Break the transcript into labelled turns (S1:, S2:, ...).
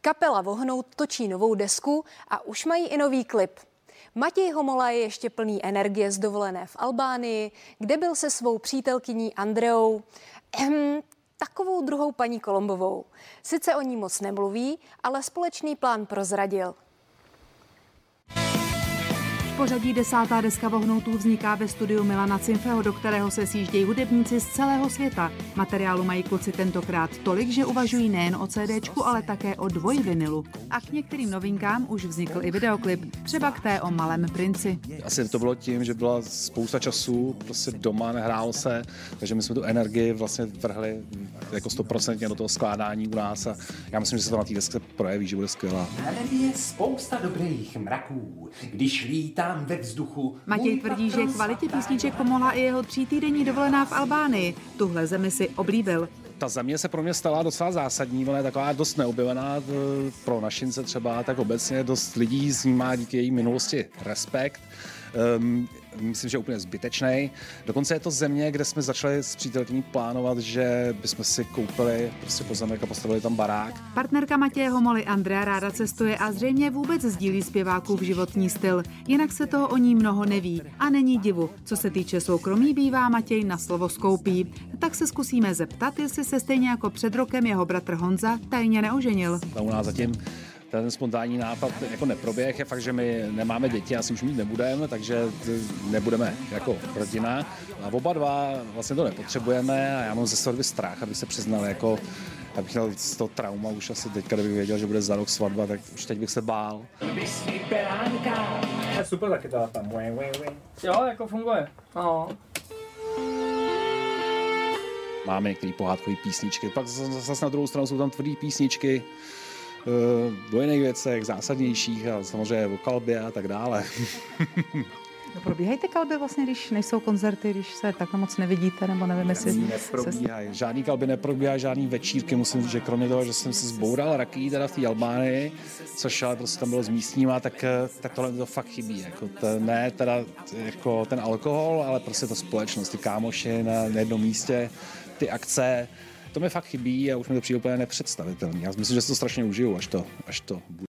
S1: Kapela Vohnout točí novou desku a už mají i nový klip. Matěj Homola je ještě plný energie z dovolené v Albánii, kde byl se svou přítelkyní Andreou, takovou druhou paní Kolombovou. Sice o ní moc nemluví, ale společný plán prozradil.
S2: V pořadí 10. deska Vohnoutů vzniká ve studiu Milana Cimfeho, do kterého se sjíždějí hudebníci z celého světa. Materiálu mají kluci tentokrát tolik, že uvažují nejen o CDčku, ale také o dvojvinilu. A k některým novinkám už vznikl i videoklip, třeba k té o Malém princi.
S3: Asi to bylo tím, že byla spousta času prostě doma, nehrálo se, takže my jsme tu energii vlastně vrhli jako 100% do toho skládání u nás a já myslím, že se to na té desce projeví, že bude skvělá.
S4: Je spousta dobrých mraků, když lítám ve vzduchu.
S2: Matěj tvrdí, že kvalitě písniček pomohla i jeho 3týdenní dovolená v Albánii. Tuhle zemi si oblíbil.
S3: Ta země se pro mě stala docela zásadní, ona je taková dost neobjevená pro našince třeba, tak obecně dost lidí z ní má díky její minulosti respekt. Myslím, že úplně zbytečný. Dokonce je to země, kde jsme začali s přítelkyní plánovat, že bychom si koupili prostě pozemek a postavili tam barák.
S2: Partnerka Matěje Homoly Andrea ráda cestuje a zřejmě vůbec sdílí zpěvákův životní styl. Jinak se toho o ní mnoho neví. A není divu, co se týče soukromí, bývá Matěj na slovo skoupý. Tak se zkusíme zeptat, jestli se stejně jako před rokem jeho bratr Honza tajně neoženil.
S3: A u nás zatím ten spontánní nápad jako neproběh, je fakt, že my nemáme děti, asi už mít nebudeme, takže nebudeme jako rodina. A oba dva vlastně to nepotřebujeme a já mám ze sebe strach, abych se přiznal, jako abych měl z toho trauma už asi teďka, kdybych věděl, že bude za rok svatba, tak už teď bych se bál.
S5: Je super taky to tam. Jo, jako funguje. No.
S3: Máme některé pohádkové písničky, pak zase na druhou stranu jsou tam tvrdé písničky, do jiných věcech, zásadnějších a samozřejmě o kalbě a tak dále.
S2: No, probíhají ty kalby vlastně, když nejsou koncerty, když se takhle moc nevidíte, nebo nevím, jestli...
S3: Neprobíhají. Žádný kalby neprobíhají, žádný večírky. Musím říct, že kromě toho, že jsem si zboural raký teda v té Albánii, což ale prostě tam bylo s místníma, tak tohle to fakt chybí. Jako ne teda jako ten alkohol, ale prostě ta společnost, ty kámoši na jednom místě, ty akce. To mi fakt chybí a už mi to přijde úplně nepředstavitelné. Já myslím, že si to strašně užiju, až to bude.